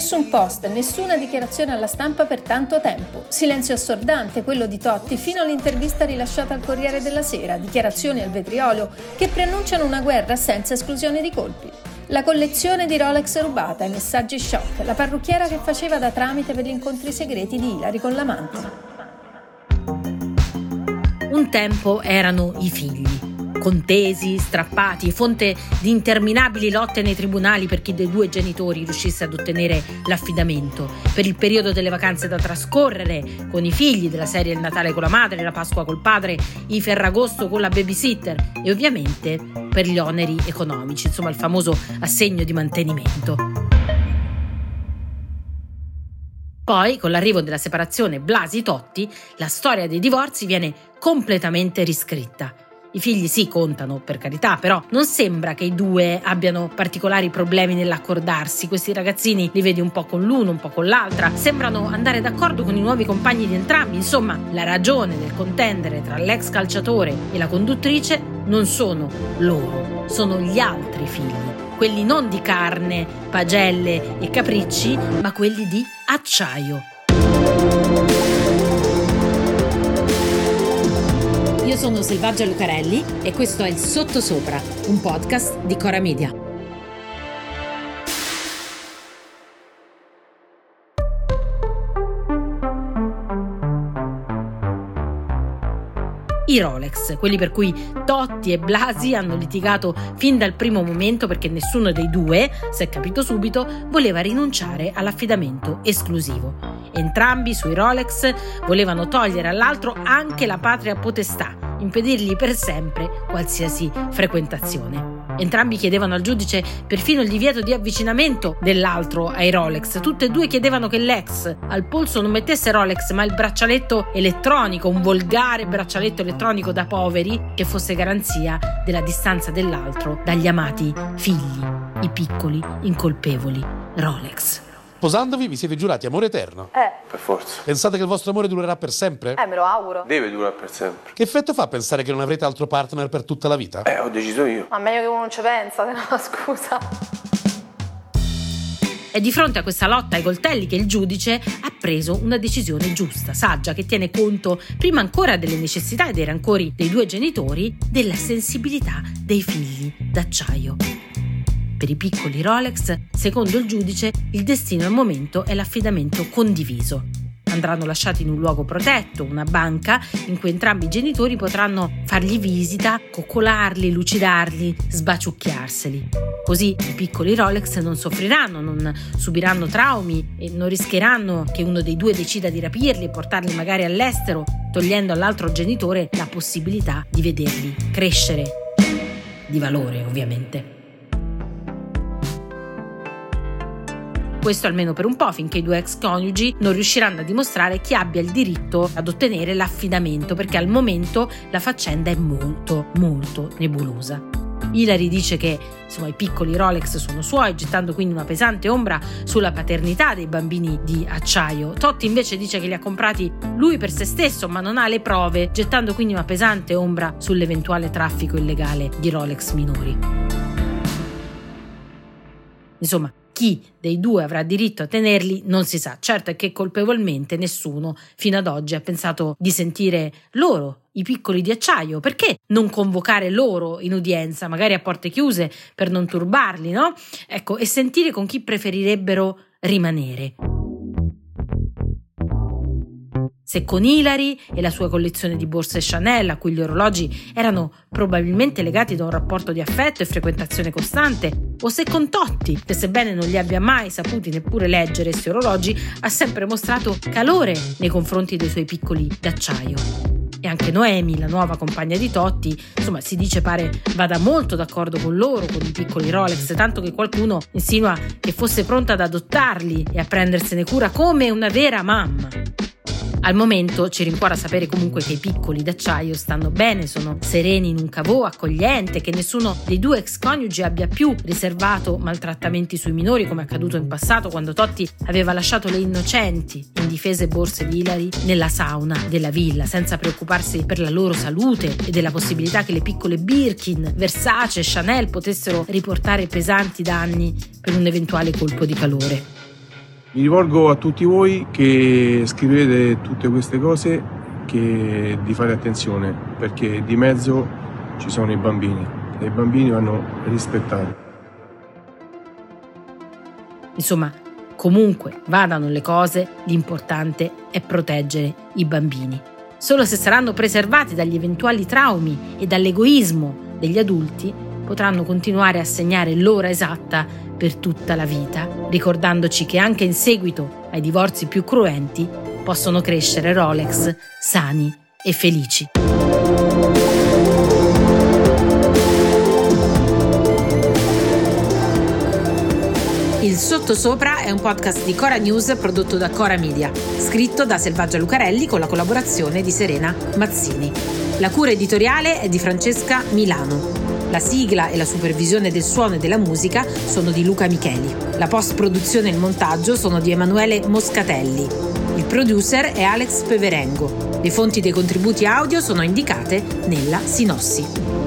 Nessun post, nessuna dichiarazione alla stampa per tanto tempo. Silenzio assordante quello di Totti fino all'intervista rilasciata al Corriere della Sera, dichiarazioni al vetriolo che preannunciano una guerra senza esclusione di colpi. La collezione di Rolex rubata, i messaggi shock, la parrucchiera che faceva da tramite per gli incontri segreti di Ilary con l'amante. Un tempo erano i figli, contesi, strappati, fonte di interminabili lotte nei tribunali per chi dei due genitori riuscisse ad ottenere l'affidamento, per il periodo delle vacanze da trascorrere con i figli, della serie il Natale con la madre, la Pasqua col padre, i Ferragosto con la babysitter e ovviamente per gli oneri economici, insomma il famoso assegno di mantenimento. Poi, con l'arrivo della separazione Blasi-Totti, la storia dei divorzi viene completamente riscritta. I figli sì contano, per carità, però non sembra che i due abbiano particolari problemi nell'accordarsi. Questi ragazzini li vedi un po' con l'uno, un po' con l'altra, sembrano andare d'accordo con i nuovi compagni di entrambi. Insomma, la ragione del contendere tra l'ex calciatore e la conduttrice non sono loro, sono gli altri figli. Quelli non di carne, pagelle e capricci, ma quelli di acciaio. Io sono Selvaggia Lucarelli e questo è il Sottosopra, un podcast di Cora Media. I Rolex, quelli per cui Totti e Blasi hanno litigato fin dal primo momento perché nessuno dei due, si è capito subito, voleva rinunciare all'affidamento esclusivo. Entrambi sui Rolex volevano togliere all'altro anche la patria potestà, impedirgli per sempre qualsiasi frequentazione. Entrambi chiedevano al giudice perfino il divieto di avvicinamento dell'altro ai Rolex. Tutte e due chiedevano che l'ex al polso non mettesse Rolex ma il braccialetto elettronico, un volgare braccialetto elettronico da poveri che fosse garanzia della distanza dell'altro dagli amati figli, i piccoli incolpevoli Rolex. Sposandovi vi siete giurati amore eterno? Per forza. Pensate che il vostro amore durerà per sempre? Me lo auguro. Deve durare per sempre. Che effetto fa pensare che non avrete altro partner per tutta la vita? Ho deciso io. Ma meglio che uno non ci pensa, no, scusa. È di fronte a questa lotta ai coltelli che il giudice ha preso una decisione giusta, saggia, che tiene conto, prima ancora delle necessità e dei rancori dei due genitori, della sensibilità dei figli d'acciaio. Per i piccoli Rolex, secondo il giudice, il destino al momento è l'affidamento condiviso. Andranno lasciati in un luogo protetto, una banca, in cui entrambi i genitori potranno fargli visita, coccolarli, lucidarli, sbaciucchiarseli. Così i piccoli Rolex non soffriranno, non subiranno traumi e non rischieranno che uno dei due decida di rapirli e portarli magari all'estero, togliendo all'altro genitore la possibilità di vederli crescere. Di valore, ovviamente. Questo almeno per un po', finché i due ex coniugi non riusciranno a dimostrare chi abbia il diritto ad ottenere l'affidamento, perché al momento la faccenda è molto, molto nebulosa. Ilary dice che i piccoli Rolex sono suoi, gettando quindi una pesante ombra sulla paternità dei bambini di acciaio. Totti invece dice che li ha comprati lui per se stesso, ma non ha le prove, gettando quindi una pesante ombra sull'eventuale traffico illegale di Rolex minori. Insomma, chi dei due avrà diritto a tenerli non si sa. Certo è che colpevolmente nessuno fino ad oggi ha pensato di sentire loro, i piccoli di acciaio. Perché non convocare loro in udienza, magari a porte chiuse, per non turbarli, no? Ecco, e sentire con chi preferirebbero rimanere. Se con Ilary e la sua collezione di borse Chanel, a cui gli orologi erano probabilmente legati da un rapporto di affetto e frequentazione costante, o se con Totti, che sebbene non li abbia mai saputi neppure leggere questi orologi, ha sempre mostrato calore nei confronti dei suoi piccoli d'acciaio. E anche Noemi, la nuova compagna di Totti, si dice pare vada molto d'accordo con loro, con i piccoli Rolex, tanto che qualcuno insinua che fosse pronta ad adottarli e a prendersene cura come una vera mamma. Al momento ci rincuora sapere comunque che i piccoli d'acciaio stanno bene, sono sereni in un cavò accogliente, che nessuno dei due ex coniugi abbia più riservato maltrattamenti sui minori come accaduto in passato quando Totti aveva lasciato le innocenti, indifese borse di Ilary nella sauna della villa, senza preoccuparsi per la loro salute e della possibilità che le piccole Birkin, Versace e Chanel potessero riportare pesanti danni per un eventuale colpo di calore. Mi rivolgo a tutti voi che scrivete tutte queste cose, che di fare attenzione, perché di mezzo ci sono i bambini e i bambini vanno rispettati. Insomma, comunque vadano le cose, l'importante è proteggere i bambini. Solo se saranno preservati dagli eventuali traumi e dall'egoismo degli adulti, potranno continuare a segnare l'ora esatta per tutta la vita, ricordandoci che anche in seguito ai divorzi più cruenti possono crescere Rolex sani e felici. Il Sottosopra è un podcast di Cora News prodotto da Cora Media, scritto da Selvaggia Lucarelli con la collaborazione di Serena Mazzini. La cura editoriale è di Francesca Milano. La sigla e la supervisione del suono e della musica sono di Luca Micheli. La post-produzione e il montaggio sono di Emanuele Moscatelli. Il producer è Alex Peverengo. Le fonti dei contributi audio sono indicate nella sinossi.